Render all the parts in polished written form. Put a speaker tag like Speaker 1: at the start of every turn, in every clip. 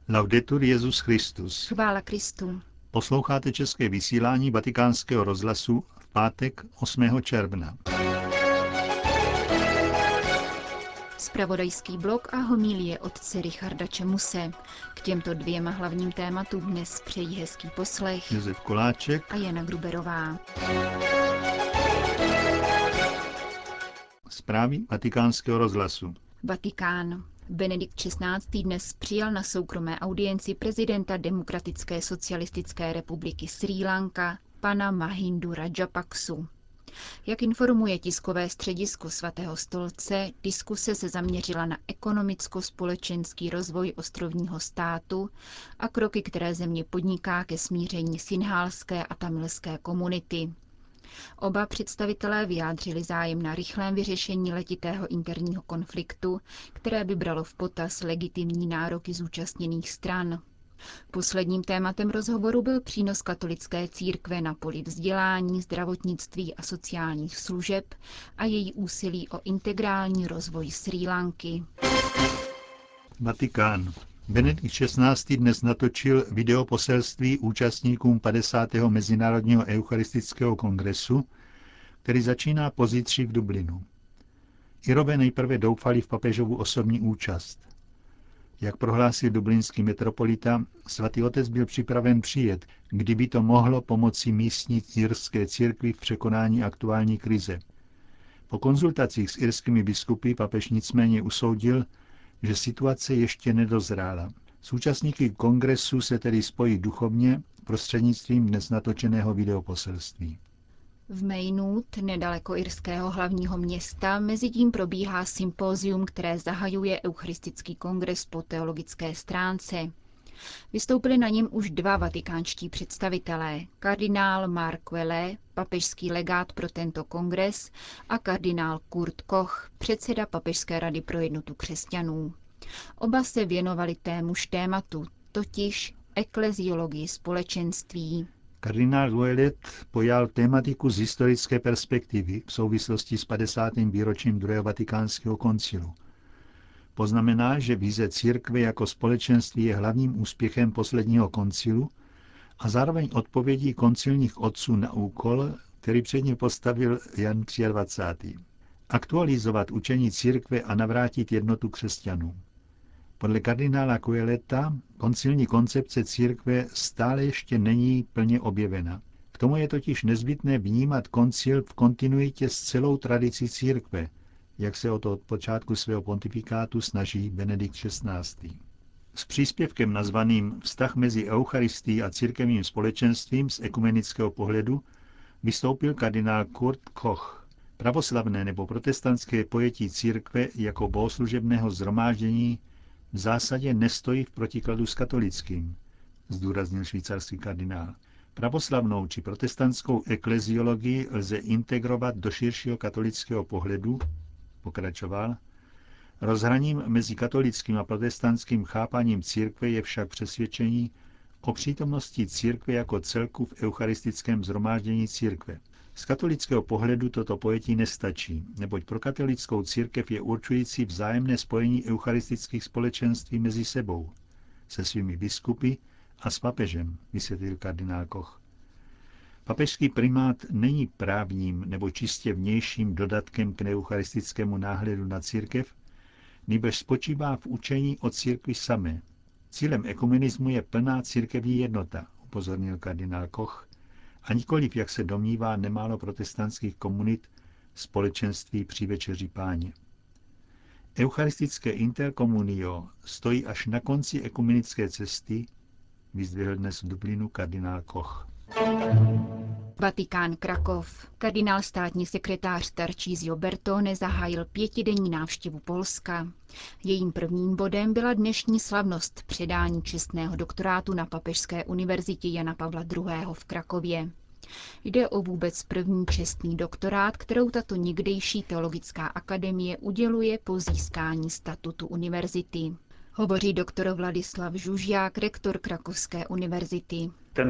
Speaker 1: Laudetur Jesus Christus.
Speaker 2: Chvála Kristu.
Speaker 1: Posloucháte české vysílání Vatikánského rozhlasu v pátek 8. června.
Speaker 2: Zpravodajský blok a homilie otce Richarda Čemuse. K těmto dvěma hlavním tématům dnes přejí hezký poslech
Speaker 1: Josef Koláček
Speaker 2: a Jana Gruberová.
Speaker 1: Zprávy Vatikánského rozhlasu.
Speaker 2: Vatikán. Benedikt XVI. Dnes přijal na soukromé audienci prezidenta Demokratické socialistické republiky Srí Lanka, pana Mahindu Rajapaksu. Jak informuje tiskové středisko Svatého stolce, diskuse se zaměřila na ekonomicko-společenský rozvoj ostrovního státu a kroky, které země podniká ke smíření sinhálské a tamilské komunity. Oba představitelé vyjádřili zájem na rychlém vyřešení letitého interního konfliktu, které by bralo v potaz legitimní nároky zúčastněných stran. Posledním tématem rozhovoru byl přínos katolické církve na poli vzdělání, zdravotnictví a sociálních služeb a její úsilí o integrální rozvoj Srí Lanky.
Speaker 1: Vatikán. Benedikt XVI. Dnes natočil videoposelství účastníkům 50. Mezinárodního eucharistického kongresu, který začíná pozítří v Dublinu. Irové nejprve doufali v papežovu osobní účast. Jak prohlásil dublinský metropolita, svatý otec byl připraven přijet, kdyby to mohlo pomoci místní irské církvi v překonání aktuální krize. Po konzultacích s irskými biskupy papež nicméně usoudil, že situace ještě nedozrála. S účastníky kongresu se tedy spojí duchovně prostřednictvím dnes natočeného videoposelství.
Speaker 2: V Maynooth, nedaleko irského hlavního města, mezitím probíhá sympózium, které zahajuje eucharistický kongres po teologické stránce. Vystoupili na něm už dva vatikánští představitelé, kardinál Mark Welle, papežský legát pro tento kongres, a kardinál Kurt Koch, předseda Papežské rady pro jednotu křesťanů. Oba se věnovali témuž tématu, totiž ekleziologii společenství.
Speaker 1: Kardinál Ouellet pojal tématiku z historické perspektivy v souvislosti s 50. výročím druhého vatikánského koncilu. Poznamená, že vize církve jako společenství je hlavním úspěchem posledního koncilu a zároveň odpovědí koncilních otců na úkol, který před ně postavil Jan 23. Aktualizovat učení církve a navrátit jednotu křesťanů. Podle kardinála Ouelleta koncilní koncepce církve stále ještě není plně objevena. K tomu je totiž nezbytné vnímat koncil v kontinuitě s celou tradicí církve, jak se o to od počátku svého pontifikátu snaží Benedikt XVI. S příspěvkem nazvaným Vztah mezi Eucharistií a církevním společenstvím z ekumenického pohledu vystoupil kardinál Kurt Koch. Pravoslavné nebo protestantské pojetí církve jako bohoslužebného shromáždění v zásadě nestojí v protikladu s katolickým, zdůraznil švýcarský kardinál. Pravoslavnou či protestantskou ekleziologii lze integrovat do širšího katolického pohledu, pokračoval. Rozhraním mezi katolickým a protestantským chápaním církve je však přesvědčení o přítomnosti církve jako celku v eucharistickém shromáždění církve. Z katolického pohledu toto pojetí nestačí, neboť pro katolickou církev je určující vzájemné spojení eucharistických společenství mezi sebou, se svými biskupy a s papežem, vysvětlil kardinál Koch. Papežský primát není právním nebo čistě vnějším dodatkem k eucharistickému náhledu na církev, nýbrž spočívá v učení o církvi samé. Cílem ekumenismu je plná církevní jednota, upozornil kardinál Koch, a nikoliv, jak se domnívá nemálo protestantských komunit, společenství při večeři Páně. Eucharistické interkomunio stojí až na konci ekumenické cesty, vyzdvihl dnes v Dublinu kardinál Koch.
Speaker 2: Vatikán Krakov. Kardinál státní sekretář Tarcísio Bertone zahájil 5denní návštěvu Polska. Jejím prvním bodem byla dnešní slavnost předání čestného doktorátu na Papežské univerzitě Jana Pavla II. V Krakově. Jde o vůbec první čestný doktorát, kterou tato někdejší teologická akademie uděluje po získání statutu univerzity. Hovoří doktor Vladislav Žužják, rektor Krakovské univerzity.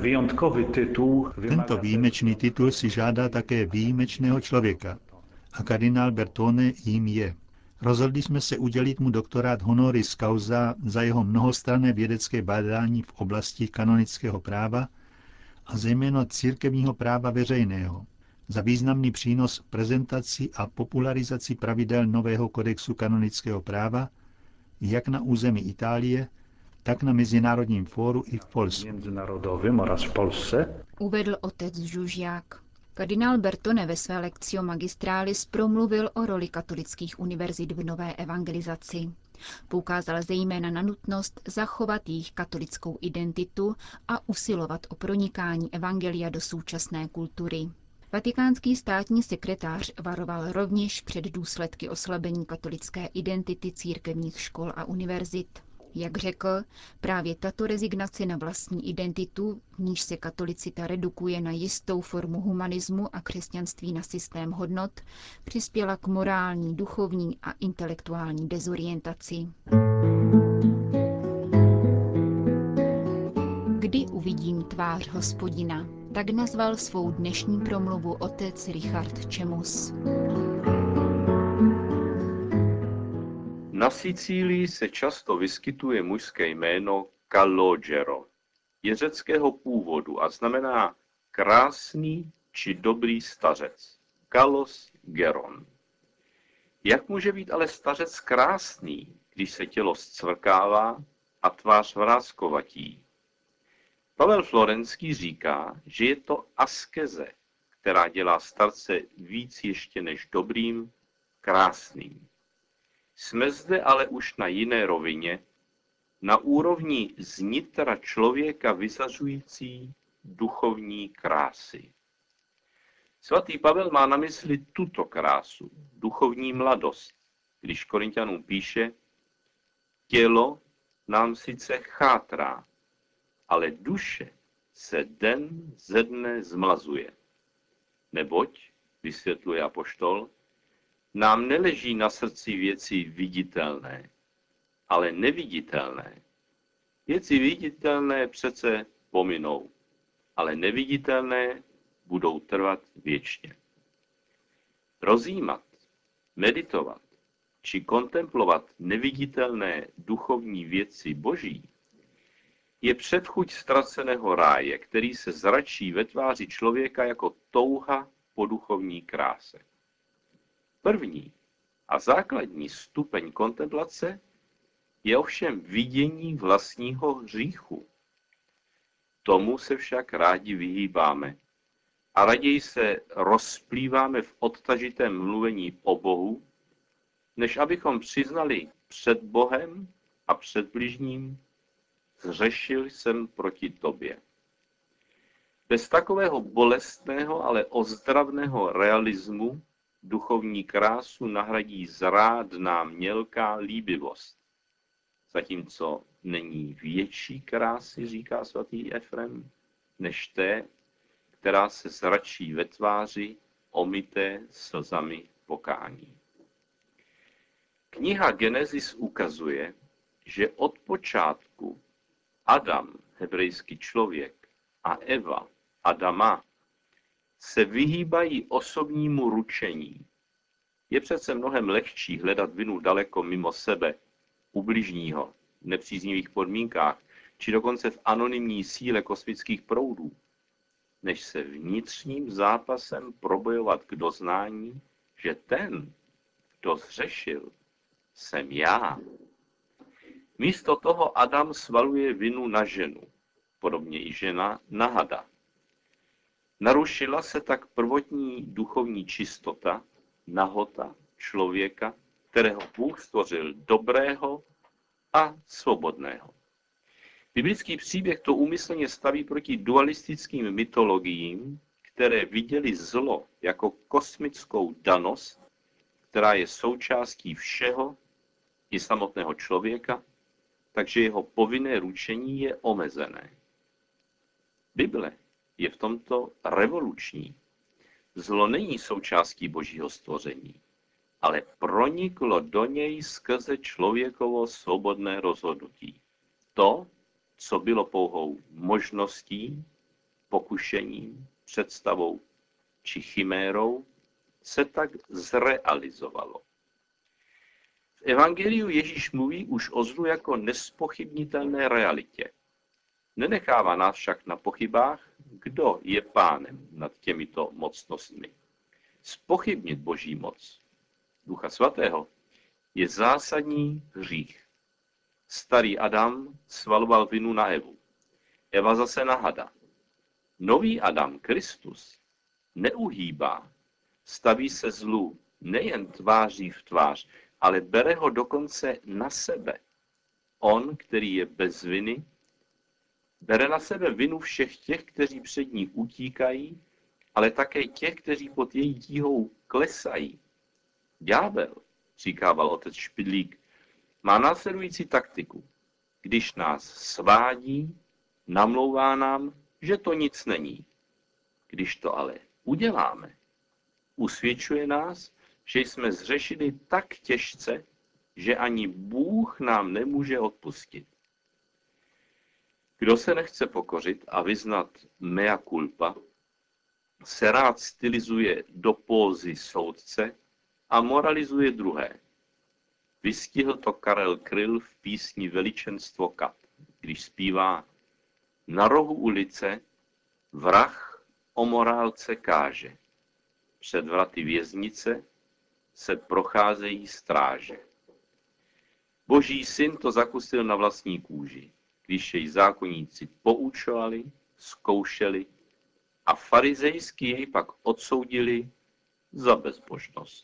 Speaker 1: Tento výjimečný titul si žádá také výjimečného člověka a kardinál Bertone jím je. Rozhodli jsme se udělit mu doktorát honoris causa za jeho mnohostranné vědecké bádání v oblasti kanonického práva a zejména církevního práva veřejného, za významný přínos v prezentaci a popularizaci pravidel nového kodexu kanonického práva, jak na území Itálie, tak na mezinárodním fóru i v Polsku.
Speaker 2: Uvedl otec Žužják. Kardinál Bertone ve své Lectio Magistralis promluvil o roli katolických univerzit v nové evangelizaci. Poukázal zejména na nutnost zachovat jejich katolickou identitu a usilovat o pronikání evangelia do současné kultury. Vatikánský státní sekretář varoval rovněž před důsledky oslabení katolické identity církevních škol a univerzit. Jak řekl, právě tato rezignace na vlastní identitu, v níž se katolicita redukuje na jistou formu humanismu a křesťanství na systém hodnot, přispěla k morální, duchovní a intelektuální dezorientaci. Kdy uvidím tvář Hospodina, tak nazval svou dnešní promluvu otec Richard Čemus.
Speaker 3: Na Sicílii se často vyskytuje mužské jméno Calogero. Je řeckého původu a znamená krásný či dobrý stařec. Kalos geron. Jak může být ale stařec krásný, když se tělo zcvrkává a tvář vráskovatí? Pavel Florenský říká, že je to askeze, která dělá starce víc ještě než dobrým, krásným. Jsme zde ale už na jiné rovině, na úrovni znitra člověka vyzařující duchovní krásy. Svatý Pavel má na mysli tuto krásu, duchovní mladost, když Korinťanům píše: tělo nám sice chátrá, ale duše se den ze dne zmlazuje. Neboť, vysvětluje apoštol, nám neleží na srdci věci viditelné, ale neviditelné. Věci viditelné přece pominou, ale neviditelné budou trvat věčně. Rozjímat, meditovat či kontemplovat neviditelné duchovní věci Boží je předchuť ztraceného ráje, který se zračí ve tváři člověka jako touha po duchovní kráse. První a základní stupeň kontemplace je ovšem vidění vlastního hříchu. Tomu se však rádi vyhýbáme a raději se rozplýváme v odtažitém mluvení o Bohu, než abychom přiznali před Bohem a před bližním: zřešil jsem proti tobě. Bez takového bolestného, ale ozdravného realismu duchovní krásu nahradí zrádná mělká líbivost. Zatímco není větší krásy, říká svatý Efrem, než té, která se zračí ve tváři omyté slzami pokání. Kniha Genesis ukazuje, že od počátku Adam, hebrejský člověk, a Eva, Adama, se vyhýbají osobnímu ručení. Je přece mnohem lehčí hledat vinu daleko mimo sebe, u bližního, v nepříznivých podmínkách, či dokonce v anonymní síle kosmických proudů, než se vnitřním zápasem probojovat k doznání, že ten, kdo zřešil, jsem já. Místo toho Adam svaluje vinu na ženu, podobně i žena na hada. Narušila se tak prvotní duchovní čistota, nahota člověka, kterého Bůh stvořil dobrého a svobodného. Biblický příběh to úmyslně staví proti dualistickým mytologiím, které viděli zlo jako kosmickou danost, která je součástí všeho i samotného člověka, takže jeho povinné ručení je omezené. Bible je v tomto revoluční. Zlo není součástí Božího stvoření, ale proniklo do něj skrze člověkovo svobodné rozhodnutí. To, co bylo pouhou možností, pokušením, představou či chimérou, se tak zrealizovalo. V evangeliu Ježíš mluví už o zlu jako nespochybnitelné realitě. Nenechává nás však na pochybách, kdo je pánem nad těmito mocnostmi. Zpochybnit Boží moc Ducha Svatého je zásadní hřích. Starý Adam svaloval vinu na Evu, Eva zase na hada. Nový Adam, Kristus, neuhýbá, staví se zlu nejen tváří v tvář, ale bere ho dokonce na sebe. On, který je bez viny, bere na sebe vinu všech těch, kteří před ní utíkají, ale také těch, kteří pod její tíhou klesají. Ďábel, říkával otec Špidlík, má následující taktiku. Když nás svádí, namlouvá nám, že to nic není. Když to ale uděláme, usvědčuje nás, že jsme zřešili tak těžce, že ani Bůh nám nemůže odpustit. Kdo se nechce pokořit a vyznat mea culpa, se rád stylizuje do pózy soudce a moralizuje druhé. Vystihl to Karel Kryl v písni Veličenstvo kat, když zpívá: Na rohu ulice vrah o morálce káže, před vraty věznice se procházejí stráže. Boží syn to zakusil na vlastní kůži, když jej zákonníci poučovali, zkoušeli a farizejsky jej pak odsoudili za bezbožnost.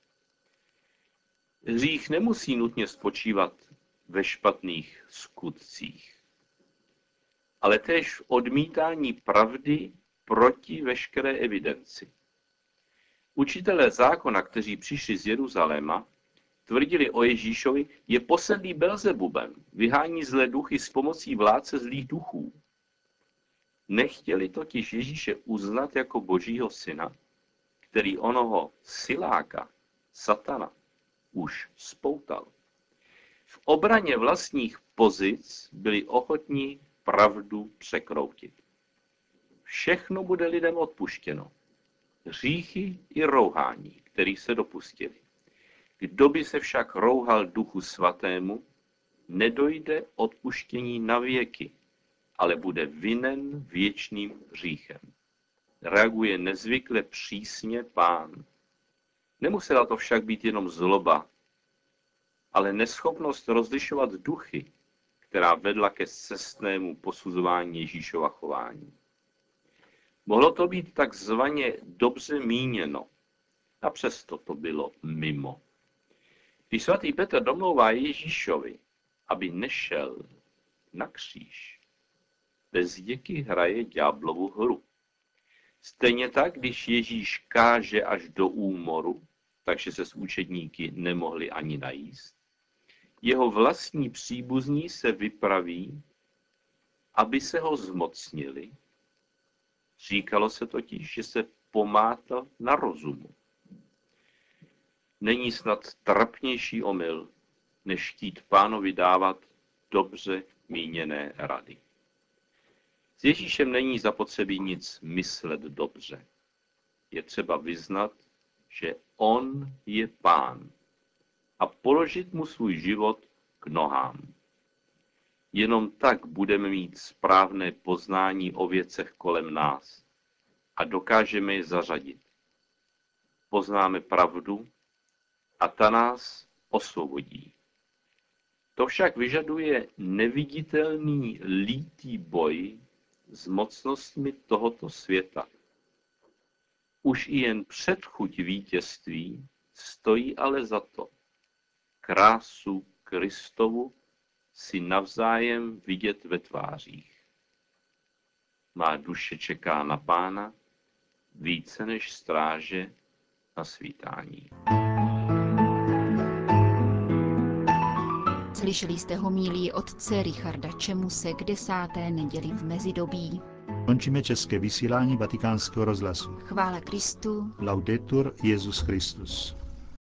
Speaker 3: Hřích nemusí nutně spočívat ve špatných skutcích, ale též v odmítání pravdy proti veškeré evidenci. Učitelé zákona, kteří přišli z Jeruzaléma, tvrdili o Ježíšovi, je posedlý Belzebubem, vyhání zlé duchy s pomocí vládce zlých duchů. Nechtěli totiž Ježíše uznat jako Božího syna, který onoho siláka, satana, už spoutal. V obraně vlastních pozic byli ochotní pravdu překroutit. Všechno bude lidem odpuštěno. Hříchy i rouhání, kterých se dopustili. Kdo by se však rouhal Duchu Svatému, nedojde odpuštění na věky, ale bude vinen věčným hříchem. Reaguje nezvykle přísně Pán. Nemusela to však být jenom zloba, ale neschopnost rozlišovat duchy, která vedla ke scestnému posuzování Ježíšova chování. Mohlo to být takzvaně dobře míněno, a přesto to bylo mimo. Když svatý Petr domlouvá Ježíšovi, aby nešel na kříž, bez děky hraje ďáblovu hru. Stejně tak, když Ježíš káže až do úmoru, takže se s učedníky nemohli ani najíst, jeho vlastní příbuzní se vypraví, aby se ho zmocnili. Říkalo se totiž, že se pomátl na rozumu. Není snad trapnější omyl, než chtít Pánovi dávat dobře míněné rady. S Ježíšem není zapotřebí nic myslet dobře. Je třeba vyznat, že on je Pán a položit mu svůj život k nohám. Jenom tak budeme mít správné poznání o věcech kolem nás a dokážeme je zařadit. Poznáme pravdu a ta nás osvobodí. To však vyžaduje neviditelný lítý boj s mocnostmi tohoto světa. Už i jen předchuť vítězství stojí ale za to. Krásu Kristovu si navzájem vidět ve tvářích. Má duše čeká na Pána více než stráže na svítání.
Speaker 2: Slyšeli jste homílii otce Richarda Čemuse k 10. neděli v mezidobí.
Speaker 1: Končíme české vysílání Vatikánského rozhlasu.
Speaker 2: Chvála Kristu.
Speaker 1: Laudetur Jesus Christus.